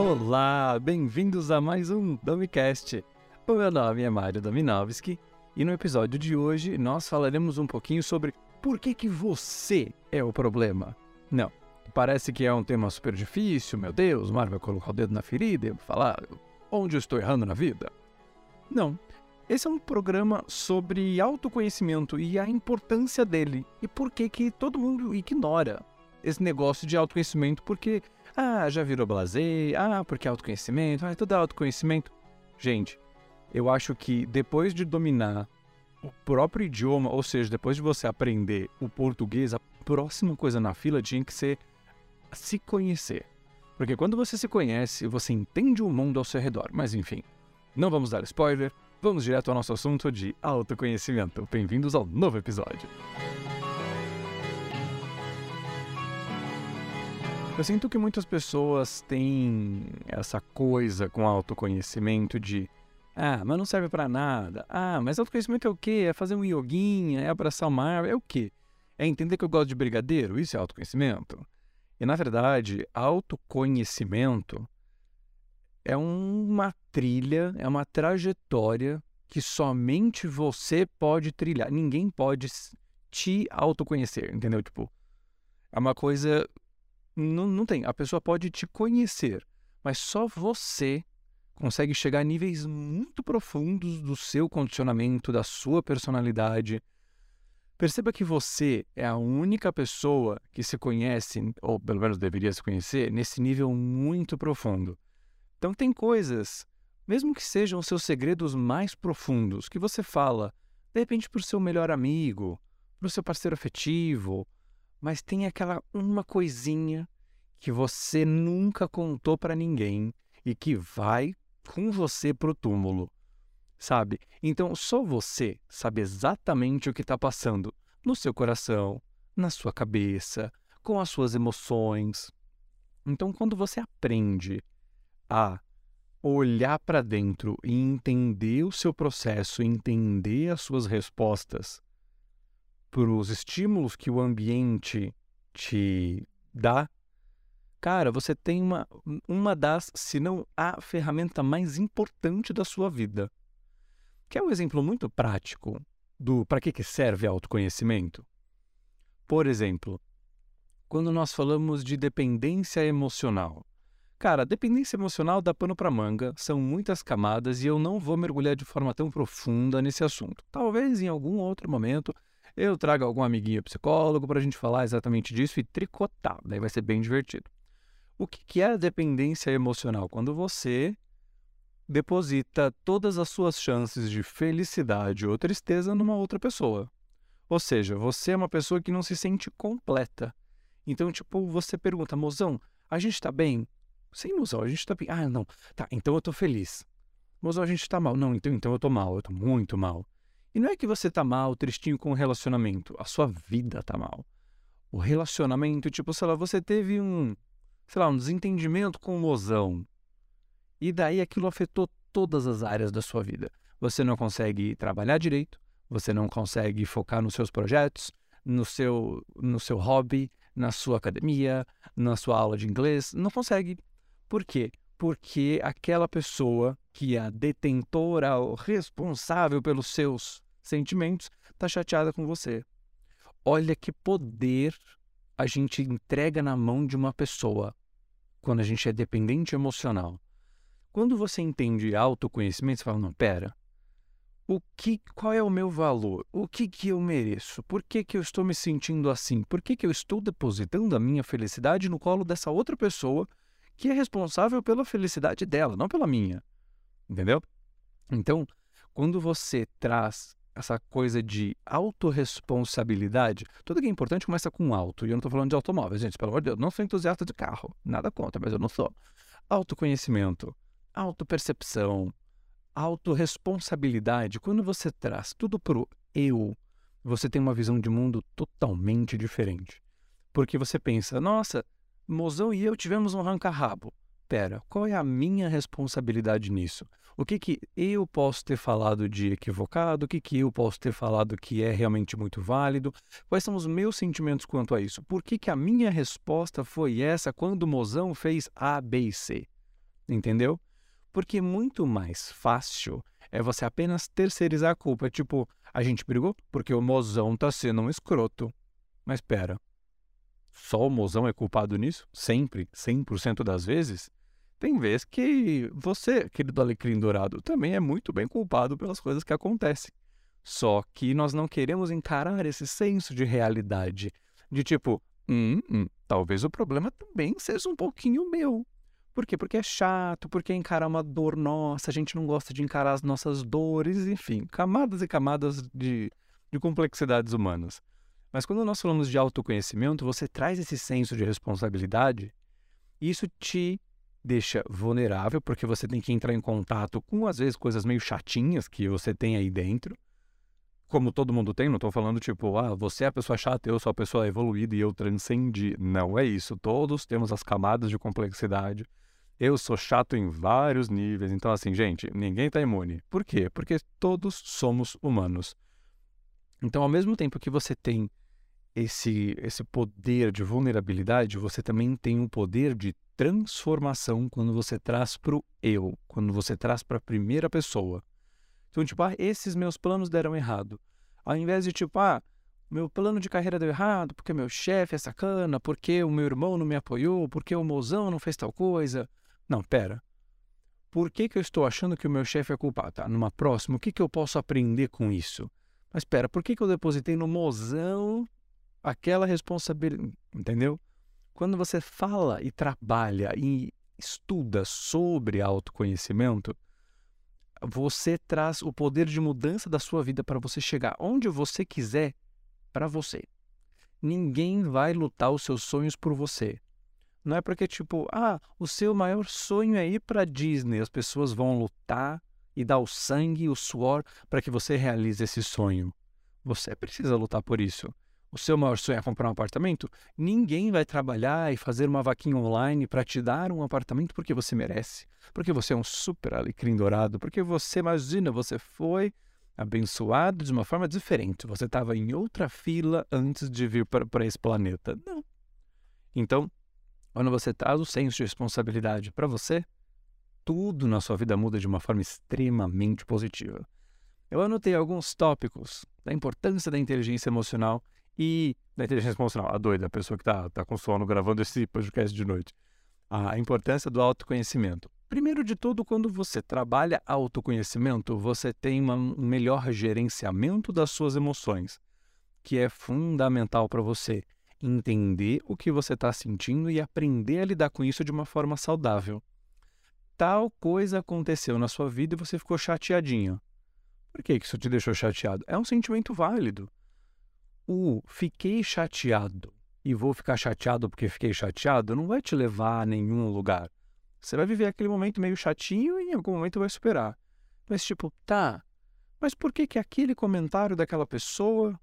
Olá, bem-vindos a mais um Domicast. O meu nome é Mário Dominovski e no episódio de hoje nós falaremos um pouquinho sobre por que você é o problema. Não, parece que é um tema super difícil, meu Deus, o Mário vai colocar o dedo na ferida e falar onde eu estou errando na vida. Não, esse é um programa sobre autoconhecimento e a importância dele e por que todo mundo ignora esse negócio de autoconhecimento porque, já virou blasé, porque autoconhecimento, tudo é autoconhecimento. Gente, eu acho que depois de dominar o próprio idioma, ou seja, depois de você aprender o português, a próxima coisa na fila tinha que ser se conhecer. Porque quando você se conhece, você entende o mundo ao seu redor. Mas enfim, não vamos dar spoiler, vamos direto ao nosso assunto de autoconhecimento. Bem-vindos ao novo episódio. Eu sinto que muitas pessoas têm essa coisa com autoconhecimento de mas não serve pra nada. Mas autoconhecimento é o quê? É fazer um yoguinha, é abraçar uma árvore, é o quê? É entender que eu gosto de brigadeiro? Isso é autoconhecimento? E, na verdade, autoconhecimento é uma trilha, é uma trajetória que somente você pode trilhar. Ninguém pode te autoconhecer, entendeu? Tipo, é uma coisa... Não tem. A pessoa pode te conhecer, mas só você consegue chegar a níveis muito profundos do seu condicionamento, da sua personalidade. Perceba que você é a única pessoa que se conhece, ou pelo menos deveria se conhecer, nesse nível muito profundo. Então tem coisas, mesmo que sejam os seus segredos mais profundos, que você fala, de repente para o seu melhor amigo, para o seu parceiro afetivo, mas tem aquela uma coisinha que você nunca contou para ninguém e que vai com você pro túmulo, sabe? Então, só você sabe exatamente o que está passando no seu coração, na sua cabeça, com as suas emoções. Então, quando você aprende a olhar para dentro e entender o seu processo, entender as suas respostas para os estímulos que o ambiente te dá, cara, você tem uma das, se não a ferramenta mais importante da sua vida. Quer um exemplo muito prático do para que serve autoconhecimento? Por exemplo, quando nós falamos de dependência emocional. Cara, dependência emocional dá pano para manga, são muitas camadas e eu não vou mergulhar de forma tão profunda nesse assunto. Talvez em algum outro momento eu traga algum amiguinho psicólogo para a gente falar exatamente disso e tricotar, daí vai ser bem divertido. O que é a dependência emocional? Quando você deposita todas as suas chances de felicidade ou tristeza numa outra pessoa. Ou seja, você é uma pessoa que não se sente completa. Então, você pergunta, mozão, a gente tá bem? Sim, mozão, a gente tá bem. Não. Tá, então eu tô feliz. Mozão, a gente tá mal. Não, então eu tô mal, eu tô muito mal. E não é que você tá mal, tristinho com o relacionamento. A sua vida tá mal. O relacionamento, você teve um desentendimento com o mozão. E daí aquilo afetou todas as áreas da sua vida. Você não consegue trabalhar direito, você não consegue focar nos seus projetos, no seu hobby, na sua academia, na sua aula de inglês. Não consegue. Por quê? Porque aquela pessoa que é a detentora, o responsável pelos seus sentimentos, está chateada com você. Olha que poder a gente entrega na mão de uma pessoa quando a gente é dependente emocional. Quando você entende autoconhecimento, você fala, não, pera, qual é o meu valor? O que eu mereço? Por que eu estou me sentindo assim? Por que eu estou depositando a minha felicidade no colo dessa outra pessoa que é responsável pela felicidade dela, não pela minha? Entendeu? Então, quando você traz essa coisa de autorresponsabilidade, tudo que é importante começa com auto, e eu não estou falando de automóveis, gente, pelo amor de Deus, não sou entusiasta de carro, nada contra, mas eu não sou. Autoconhecimento, autopercepção, autorresponsabilidade, quando você traz tudo pro eu, você tem uma visão de mundo totalmente diferente. Porque você pensa, nossa, mozão e eu tivemos um arranca-rabo. Pera, qual é a minha responsabilidade nisso? O que eu posso ter falado de equivocado? O que eu posso ter falado que é realmente muito válido? Quais são os meus sentimentos quanto a isso? Por que a minha resposta foi essa quando o mozão fez A, B e C? entendeu? Porque muito mais fácil é você apenas terceirizar a culpa. Tipo, a gente brigou porque o mozão tá sendo um escroto. Mas pera, só o mozão é culpado nisso? Sempre? 100% das vezes? Tem vezes que você, querido alecrim dourado, também é muito bem culpado pelas coisas que acontecem. Só que nós não queremos encarar esse senso de realidade. De tipo, talvez o problema também seja um pouquinho meu. Por quê? Porque é chato, porque é encarar uma dor nossa, a gente não gosta de encarar as nossas dores, enfim, camadas e camadas de complexidades humanas. Mas quando nós falamos de autoconhecimento, você traz esse senso de responsabilidade e isso te deixa vulnerável, porque você tem que entrar em contato com, às vezes, coisas meio chatinhas que você tem aí dentro. Como todo mundo tem, não estou falando tipo, você é a pessoa chata, eu sou a pessoa evoluída e eu transcendi. Não é isso. Todos temos as camadas de complexidade. Eu sou chato em vários níveis. Então, assim, gente, ninguém está imune. Por quê? Porque todos somos humanos. Então, ao mesmo tempo que você tem esse poder de vulnerabilidade, você também tem o poder de transformação quando você traz para o eu, quando você traz para a primeira pessoa. Então, tipo, esses meus planos deram errado. Ao invés de, tipo, meu plano de carreira deu errado porque meu chefe é sacana, porque o meu irmão não me apoiou, porque o mozão não fez tal coisa. Não, pera. Por que eu estou achando que o meu chefe é culpado? Tá, numa próxima, o que eu posso aprender com isso? Mas pera, por que eu depositei no mozão aquela responsabilidade? Entendeu? Quando você fala e trabalha e estuda sobre autoconhecimento, você traz o poder de mudança da sua vida para você chegar onde você quiser para você. Ninguém vai lutar os seus sonhos por você. Não é porque, tipo, o seu maior sonho é ir para Disney. As pessoas vão lutar e dar o sangue e o suor para que você realize esse sonho. Você precisa lutar por isso. O seu maior sonho é comprar um apartamento? Ninguém vai trabalhar e fazer uma vaquinha online para te dar um apartamento porque você merece. Porque você é um super alecrim dourado. Porque você, imagina, você foi abençoado de uma forma diferente. Você estava em outra fila antes de vir para esse planeta. Não. Então, quando você traz o senso de responsabilidade para você, tudo na sua vida muda de uma forma extremamente positiva. Eu anotei alguns tópicos da importância da inteligência emocional e da inteligência emocional, a doida, a pessoa que tá com sono gravando esse podcast de noite. A importância do autoconhecimento. Primeiro de tudo, quando você trabalha autoconhecimento, você tem um melhor gerenciamento das suas emoções, que é fundamental para você entender o que você está sentindo e aprender a lidar com isso de uma forma saudável. Tal coisa aconteceu na sua vida e você ficou chateadinho. Por que isso te deixou chateado? É um sentimento válido. Fiquei chateado e vou ficar chateado porque fiquei chateado não vai te levar a nenhum lugar. Você vai viver aquele momento meio chatinho e em algum momento vai superar. Mas tipo, mas por que aquele comentário daquela pessoa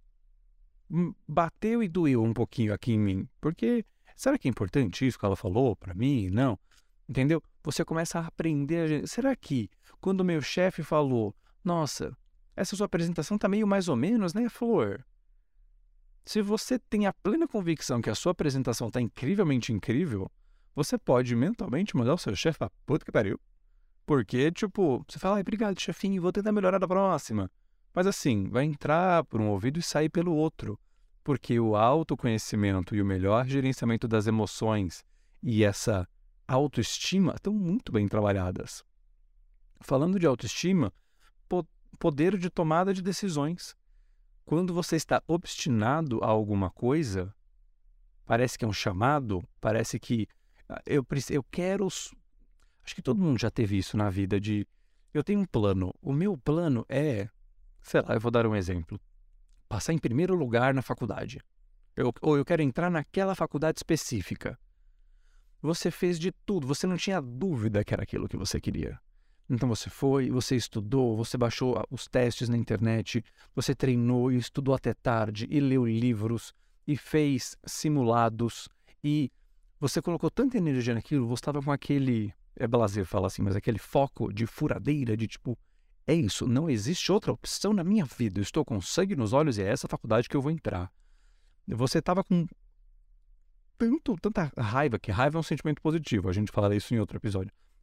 bateu e doeu um pouquinho aqui em mim? Porque será que é importante isso que ela falou para mim? Não. Entendeu? Você começa a aprender. Será que quando o meu chefe falou, nossa, essa sua apresentação tá meio mais ou menos, né, Flor? Se você tem a plena convicção que a sua apresentação está incrivelmente incrível, você pode mentalmente mandar o seu chefe pra puta que pariu. Porque, tipo, você fala, obrigado, chefinho, vou tentar melhorar da próxima. Mas assim, vai entrar por um ouvido e sair pelo outro. Porque o autoconhecimento e o melhor gerenciamento das emoções e essa autoestima estão muito bem trabalhadas. Falando de autoestima, poder de tomada de decisões. Quando você está obstinado a alguma coisa, parece que é um chamado, parece que eu quero... Acho que todo mundo já teve isso na vida eu tenho um plano. O meu plano é, sei lá, eu vou dar um exemplo. Passar em primeiro lugar na faculdade. Ou eu quero entrar naquela faculdade específica. Você fez de tudo, você não tinha dúvida que era aquilo que você queria. Então você foi, você estudou, você baixou os testes na internet, você treinou e estudou até tarde, e leu livros, e fez simulados, e você colocou tanta energia naquilo, você estava com aquele, é blazer falar assim, mas aquele foco de furadeira, de tipo, é isso, não existe outra opção na minha vida, eu estou com sangue nos olhos e é essa faculdade que eu vou entrar. Você estava com tanta raiva, que raiva é um sentimento positivo, a gente falará isso em outro episódio.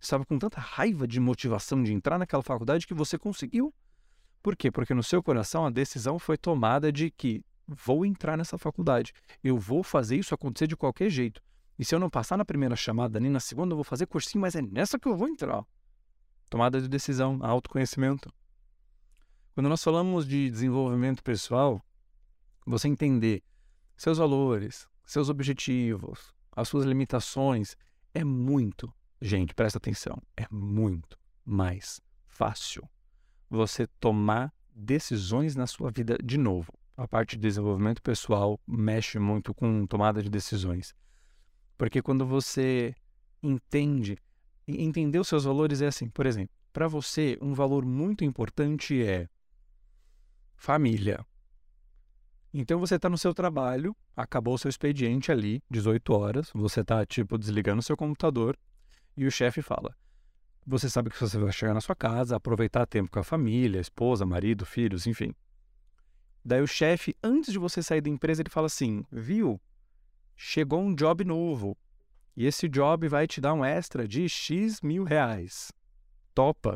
Você estava com tanta raiva de motivação de entrar naquela faculdade que você conseguiu. Por quê? Porque no seu coração a decisão foi tomada de que vou entrar nessa faculdade. Eu vou fazer isso acontecer de qualquer jeito. E se eu não passar na primeira chamada nem na segunda, eu vou fazer cursinho, mas é nessa que eu vou entrar. Tomada de decisão, autoconhecimento. Quando nós falamos de desenvolvimento pessoal, você entender seus valores, seus objetivos, as suas limitações, é muito, gente, presta atenção, é muito mais fácil você tomar decisões na sua vida de novo. A parte de desenvolvimento pessoal mexe muito com tomada de decisões. Porque quando você entender os seus valores é assim, por exemplo, para você um valor muito importante é família. Então você está no seu trabalho, acabou o seu expediente ali, 18 horas, você está desligando o seu computador e o chefe fala: você sabe que você vai chegar na sua casa, aproveitar tempo com a família, esposa, marido, filhos, enfim. Daí o chefe, antes de você sair da empresa, ele fala assim: viu, chegou um job novo e esse job vai te dar um extra de X mil reais. Topa?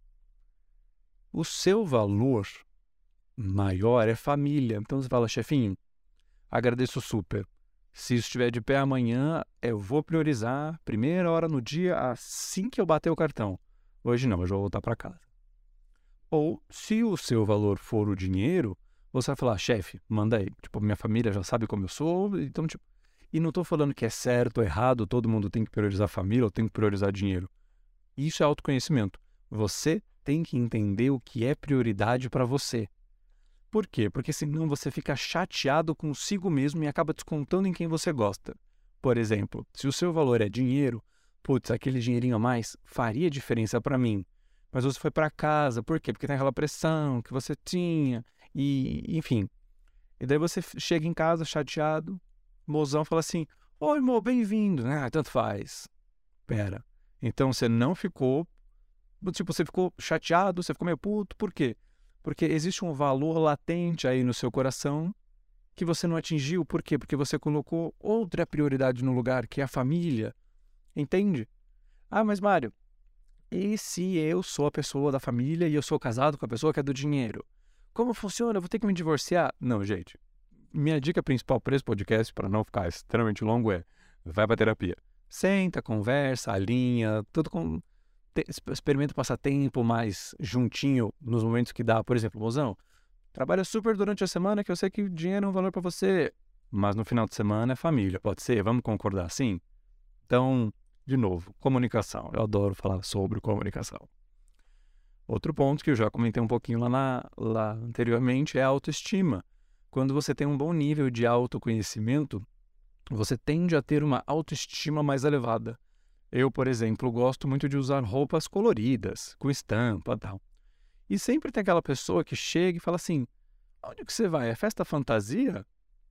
O seu valor maior é família. Então você fala: chefinho, agradeço super. Se isso estiver de pé amanhã, eu vou priorizar primeira hora no dia assim que eu bater o cartão. Hoje não, eu já vou voltar para casa. Ou, se o seu valor for o dinheiro, você vai falar: chefe, manda aí. Minha família já sabe como eu sou, então, E não estou falando que é certo ou errado, todo mundo tem que priorizar a família ou tem que priorizar dinheiro. Isso é autoconhecimento. Você tem que entender o que é prioridade para você. Por quê? Porque senão você fica chateado consigo mesmo e acaba descontando em quem você gosta. Por exemplo, se o seu valor é dinheiro, aquele dinheirinho a mais faria diferença para mim. Mas você foi para casa, por quê? Porque tem aquela pressão que você tinha, e enfim. E daí você chega em casa chateado, o mozão fala assim: oi, mo, bem-vindo. Ah, tanto faz. Pera. Então você não ficou, você ficou chateado, você ficou meio puto, por quê? Porque existe um valor latente aí no seu coração que você não atingiu. Por quê? Porque você colocou outra prioridade no lugar, que é a família. Entende? Ah, mas Mário, e se eu sou a pessoa da família e eu sou casado com a pessoa que é do dinheiro? Como funciona? Eu vou ter que me divorciar? Não, gente. Minha dica principal para esse podcast, para não ficar extremamente longo, é: vai para terapia. Senta, conversa, alinha, tudo com... Experimenta passar tempo mais juntinho nos momentos que dá. Por exemplo, mozão, trabalha super durante a semana que eu sei que o dinheiro é um valor para você, mas no final de semana é família, pode ser? Vamos concordar assim? Então, de novo, comunicação. Eu adoro falar sobre comunicação. Outro ponto que eu já comentei um pouquinho lá anteriormente é a autoestima. Quando você tem um bom nível de autoconhecimento, você tende a ter uma autoestima mais elevada. Eu, por exemplo, gosto muito de usar roupas coloridas, com estampa e tal. E sempre tem aquela pessoa que chega e fala assim: onde que você vai? É festa fantasia?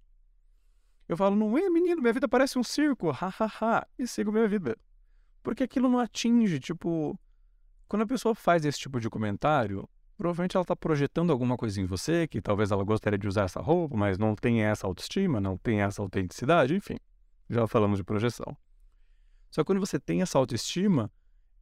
Eu falo: não é, menino, minha vida parece um circo, hahaha, e sigo minha vida. Porque aquilo não atinge, quando a pessoa faz esse tipo de comentário, provavelmente ela está projetando alguma coisa em você, que talvez ela gostaria de usar essa roupa, mas não tem essa autoestima, não tem essa autenticidade, enfim. Já falamos de projeção. Só que quando você tem essa autoestima,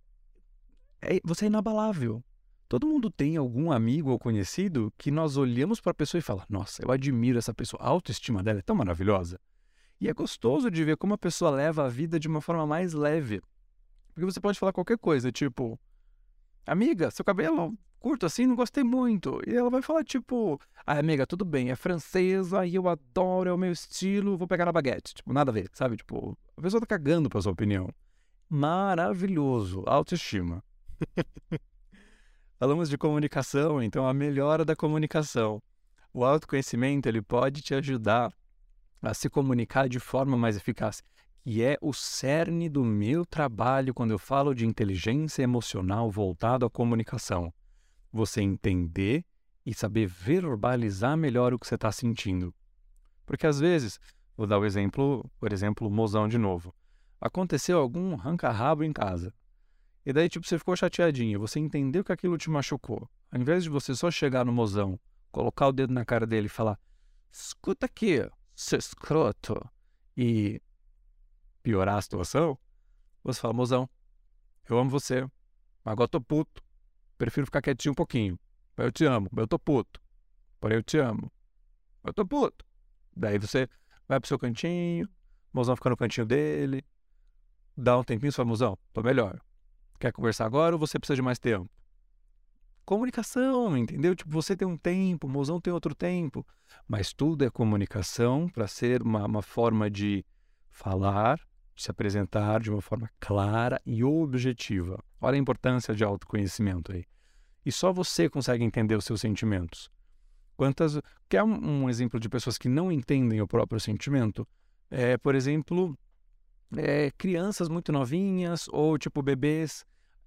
você é inabalável. Todo mundo tem algum amigo ou conhecido que nós olhamos para a pessoa e fala: nossa, eu admiro essa pessoa, a autoestima dela é tão maravilhosa. E é gostoso de ver como a pessoa leva a vida de uma forma mais leve. Porque você pode falar qualquer coisa, tipo: amiga, seu cabelo curto assim, não gostei muito. E ela vai falar ah, amiga, tudo bem, é francesa e eu adoro, é o meu estilo, vou pegar na baguete. Nada a ver, sabe? A pessoa tá cagando pra sua opinião. Maravilhoso, autoestima. Falamos de comunicação, então a melhora da comunicação. O autoconhecimento, ele pode te ajudar a se comunicar de forma mais eficaz, que é o cerne do meu trabalho quando eu falo de inteligência emocional voltado à comunicação. Você entender e saber verbalizar melhor o que você está sentindo. Porque às vezes, vou dar o exemplo, por exemplo, o mozão de novo. Aconteceu algum arranca-rabo em casa. E daí, você ficou chateadinho, você entendeu que aquilo te machucou. Ao invés de você só chegar no mozão, colocar o dedo na cara dele e falar: escuta aqui, seu escroto, e piorar a situação, você fala: mozão, eu amo você, mas agora eu tô puto, prefiro ficar quietinho um pouquinho. Eu te amo, mas eu tô puto. Porém, eu te amo. Eu tô puto. Daí você vai pro seu cantinho, o mozão fica no cantinho dele, dá um tempinho, você fala, mozão, tô melhor. Quer conversar agora ou você precisa de mais tempo? Comunicação, entendeu? Tipo, você tem um tempo, o mozão tem outro tempo. Mas tudo é comunicação para ser uma forma de falar, de se apresentar de uma forma clara e objetiva. Olha a importância de autoconhecimento aí. E só você consegue entender os seus sentimentos. Quer um exemplo de pessoas que não entendem o próprio sentimento? Por exemplo, crianças muito novinhas ou tipo bebês.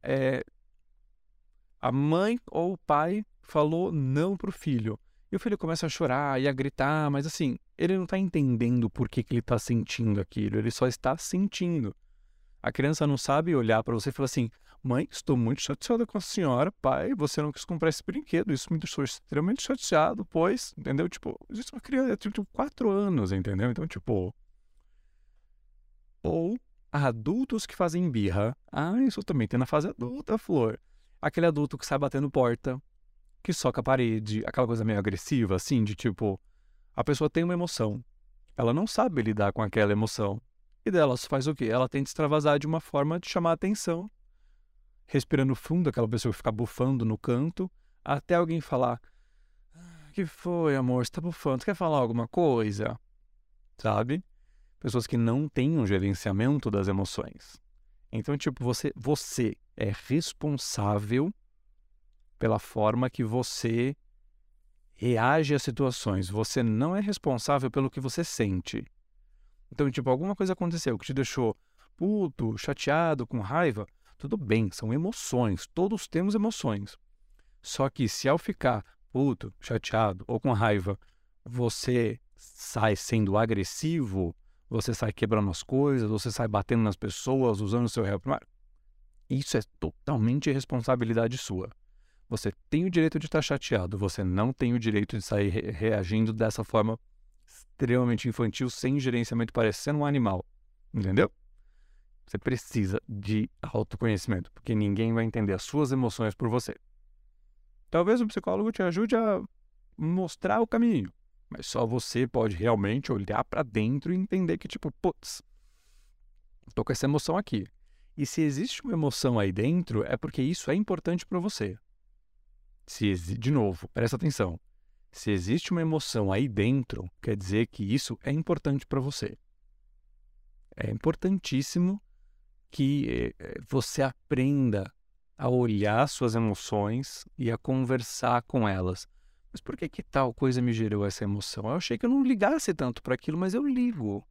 A mãe ou o pai falou não pro filho. E o filho começa a chorar e a gritar, mas assim, ele não está entendendo por que ele está sentindo aquilo, ele só está sentindo. A criança não sabe olhar para você e falar assim: mãe, estou muito chateada com a senhora, pai, você não quis comprar esse brinquedo, isso me deixou extremamente chateado, pois, entendeu? Tipo, existe uma criança, tipo 4 anos, entendeu? Então, tipo. Ou adultos que fazem birra. Ah, isso também tem na fase adulta, Flor. Aquele adulto que sai batendo porta, que soca a parede, aquela coisa meio agressiva, assim, de tipo, a pessoa tem uma emoção, ela não sabe lidar com aquela emoção. E dela faz o quê? Ela tenta extravasar de uma forma de chamar a atenção, respirando fundo, aquela pessoa que fica bufando no canto, até alguém falar: que foi, amor? Você tá bufando? Você quer falar alguma coisa? Sabe? Pessoas que não têm um gerenciamento das emoções. Então, tipo, você é responsável pela forma que você reage às situações. Você não é responsável pelo que você sente. Então, tipo, alguma coisa aconteceu que te deixou puto, chateado, com raiva. Tudo bem, são emoções. Todos temos emoções. Só que se ao ficar puto, chateado ou com raiva, você sai sendo agressivo, você sai quebrando as coisas, você sai batendo nas pessoas, usando o seu réu primário, isso é totalmente responsabilidade sua. Você tem o direito de estar chateado, você não tem o direito de sair reagindo dessa forma extremamente infantil, sem gerenciamento, parecendo um animal. Entendeu? Você precisa de autoconhecimento, porque ninguém vai entender as suas emoções por você. Talvez um psicólogo te ajude a mostrar o caminho, mas só você pode realmente olhar para dentro e entender que, tipo, putz, tô com essa emoção aqui. E se existe uma emoção aí dentro, é porque isso é importante para você. De novo, presta atenção. Se existe uma emoção aí dentro, quer dizer que isso é importante para você. É importantíssimo que você aprenda a olhar suas emoções e a conversar com elas. Mas por que tal coisa me gerou essa emoção? Eu achei que eu não ligasse tanto para aquilo, mas eu ligo.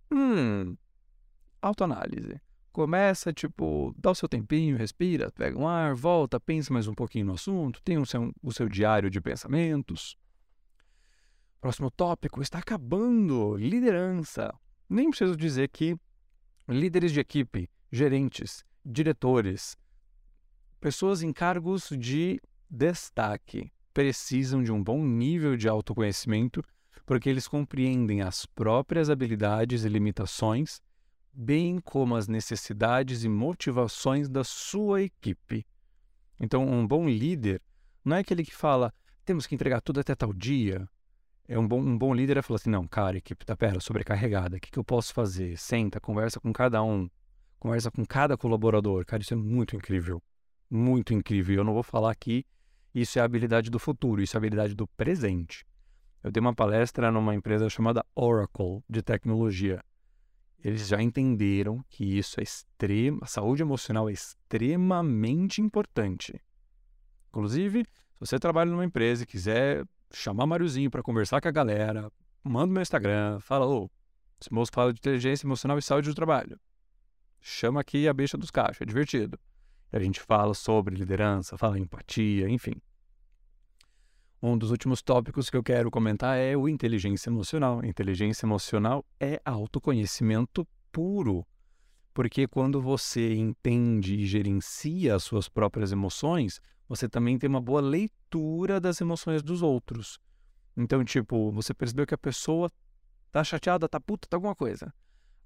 Autoanálise. Começa, tipo, dá o seu tempinho, respira, pega um ar, volta, pensa mais um pouquinho no assunto, tem o seu diário de pensamentos. Próximo tópico, está acabando. Liderança. Nem preciso dizer que líderes de equipe, gerentes, diretores, pessoas em cargos de destaque precisam de um bom nível de autoconhecimento porque eles compreendem as próprias habilidades e limitações, bem como as necessidades e motivações da sua equipe. Então, um bom líder não é aquele que fala, temos que entregar tudo até tal dia. Um bom líder é falar assim, não, cara, a equipe tá sobrecarregada, o que eu posso fazer? Senta, conversa com cada um, conversa com cada colaborador. Cara, isso é muito incrível. Muito incrível. Eu não vou falar aqui, isso é a habilidade do futuro, isso é a habilidade do presente. Eu dei uma palestra numa empresa chamada Oracle, de tecnologia. Eles já entenderam que isso é a saúde emocional é extremamente importante. Inclusive, se você trabalha numa empresa e quiser chamar Mariozinho para conversar com a galera, manda no meu Instagram, fala, esse moço fala de inteligência emocional e saúde do trabalho. Chama aqui a bicha dos cachos, é divertido. E a gente fala sobre liderança, fala empatia, enfim. Um dos últimos tópicos que eu quero comentar é o inteligência emocional. Inteligência emocional é autoconhecimento puro. Porque quando você entende e gerencia as suas próprias emoções, você também tem uma boa leitura das emoções dos outros. Então, tipo, você percebeu que a pessoa tá chateada, tá puta, tá alguma coisa.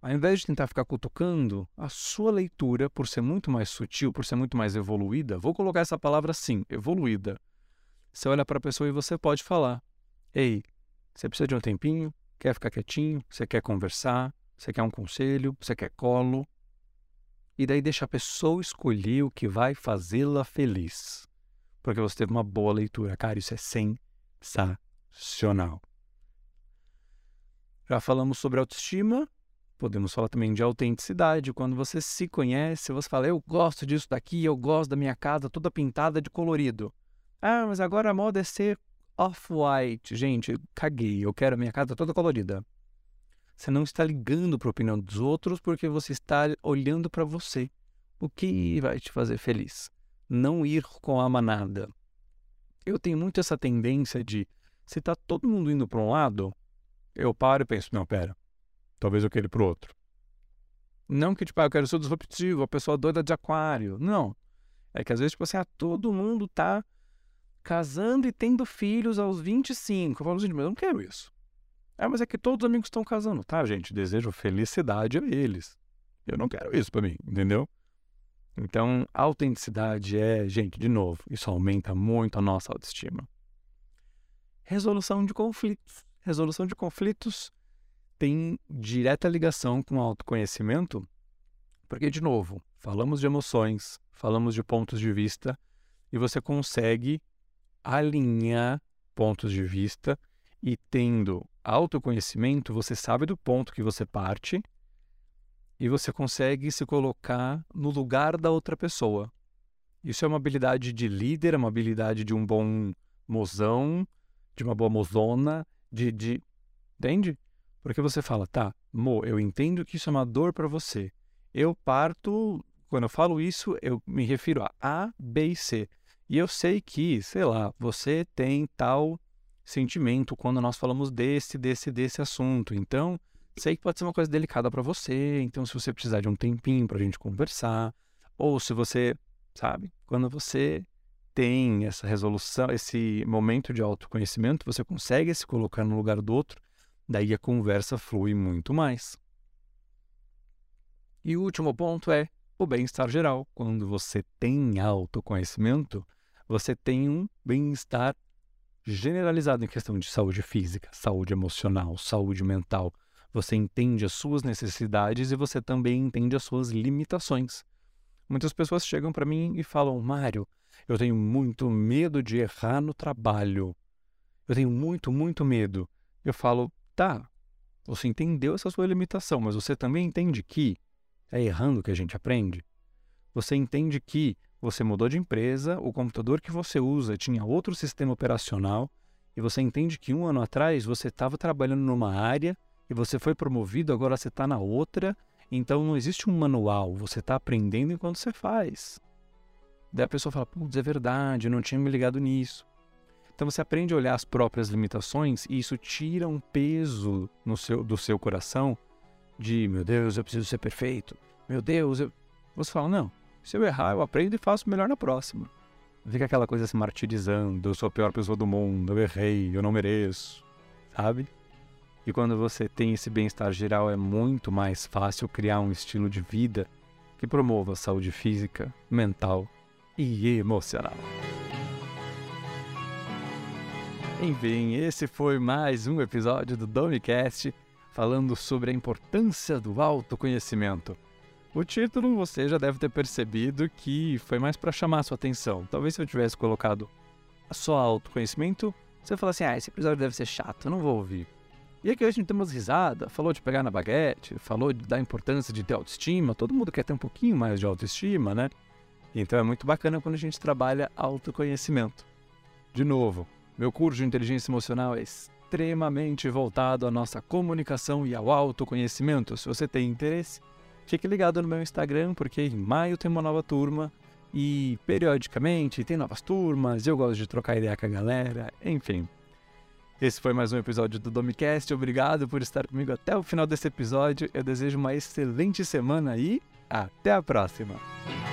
Ao invés de tentar ficar cutucando, a sua leitura, por ser muito mais sutil, por ser muito mais evoluída, vou colocar essa palavra assim, evoluída. Você olha para a pessoa e você pode falar: ei, você precisa de um tempinho? Quer ficar quietinho? Você quer conversar? Você quer um conselho? Você quer colo? E daí deixa a pessoa escolher o que vai fazê-la feliz. Porque você teve uma boa leitura. Cara, isso é sensacional. Já falamos sobre autoestima. Podemos falar também de autenticidade. Quando você se conhece, você fala: eu gosto disso daqui, eu gosto da minha casa toda pintada de colorido. Ah, mas agora a moda é ser off-white. Gente, caguei, eu quero a minha casa toda colorida. Você não está ligando para a opinião dos outros porque você está olhando para você. O que vai te fazer feliz? Não ir com a manada. Eu tenho muito essa tendência de, se está todo mundo indo para um lado, eu paro e penso: não, pera, talvez eu queira ir para o outro. Não que, tipo, eu quero ser disruptivo, a pessoa doida de aquário. Não. É que às vezes, tipo assim, todo mundo tá casando e tendo filhos aos 25. Eu falo: gente, mas eu não quero isso. Mas é que todos os amigos estão casando. Tá, gente, desejo felicidade a eles. Eu não quero isso pra mim, entendeu? Então, a autenticidade gente, de novo, isso aumenta muito a nossa autoestima. Resolução de conflitos. Resolução de conflitos tem direta ligação com o autoconhecimento, porque, de novo, falamos de emoções, falamos de pontos de vista, e você consegue alinhar pontos de vista, e tendo autoconhecimento, você sabe do ponto que você parte e você consegue se colocar no lugar da outra pessoa. Isso é uma habilidade de líder, é uma habilidade de um bom mozão, de uma boa mozona, entende? Porque você fala: tá, eu entendo que isso é uma dor para você. Eu parto, quando eu falo isso, eu me refiro a B e C. E eu sei que, sei lá, você tem tal sentimento quando nós falamos desse assunto. Então, sei que pode ser uma coisa delicada para você. Então, se você precisar de um tempinho para a gente conversar, ou se você, sabe, quando você tem essa resolução, esse momento de autoconhecimento, você consegue se colocar no lugar do outro, daí a conversa flui muito mais. E o último ponto é o bem-estar geral. Quando você tem autoconhecimento, você tem um bem-estar generalizado em questão de saúde física, saúde emocional, saúde mental. Você entende as suas necessidades e você também entende as suas limitações. Muitas pessoas chegam para mim e falam: Mário, eu tenho muito medo de errar no trabalho. Eu tenho muito medo. Eu falo: tá, você entendeu essa sua limitação, mas você também entende que é errando que a gente aprende? Você entende que você mudou de empresa, o computador que você usa tinha outro sistema operacional, e você entende que 1 ano atrás você estava trabalhando numa área e você foi promovido, agora você está na outra, então não existe um manual, você está aprendendo enquanto você faz. Daí a pessoa fala: putz, é verdade, eu não tinha me ligado nisso. Então você aprende a olhar as próprias limitações e isso tira um peso do seu coração de: meu Deus, eu preciso ser perfeito, meu Deus, Você fala: não, se eu errar, eu aprendo e faço melhor na próxima. Fica aquela coisa se martirizando: eu sou a pior pessoa do mundo, eu errei, eu não mereço, sabe? E quando você tem esse bem-estar geral, é muito mais fácil criar um estilo de vida que promova a saúde física, mental e emocional. Enfim, esse foi mais um episódio do Domicast, falando sobre a importância do autoconhecimento. O título você já deve ter percebido que foi mais para chamar a sua atenção. Talvez se eu tivesse colocado só autoconhecimento, você fala assim: esse episódio deve ser chato, eu não vou ouvir. E aqui a gente tem umas risadas, falou de pegar na baguete, falou da importância de ter autoestima. Todo mundo quer ter um pouquinho mais de autoestima, né? Então é muito bacana quando a gente trabalha autoconhecimento. De novo, meu curso de inteligência emocional é extremamente voltado à nossa comunicação e ao autoconhecimento. Se você tem interesse, fique ligado no meu Instagram, porque em maio tem uma nova turma e periodicamente tem novas turmas, eu gosto de trocar ideia com a galera, enfim. Esse foi mais um episódio do Domicast. Obrigado por estar comigo até o final desse episódio. Eu desejo uma excelente semana e até a próxima!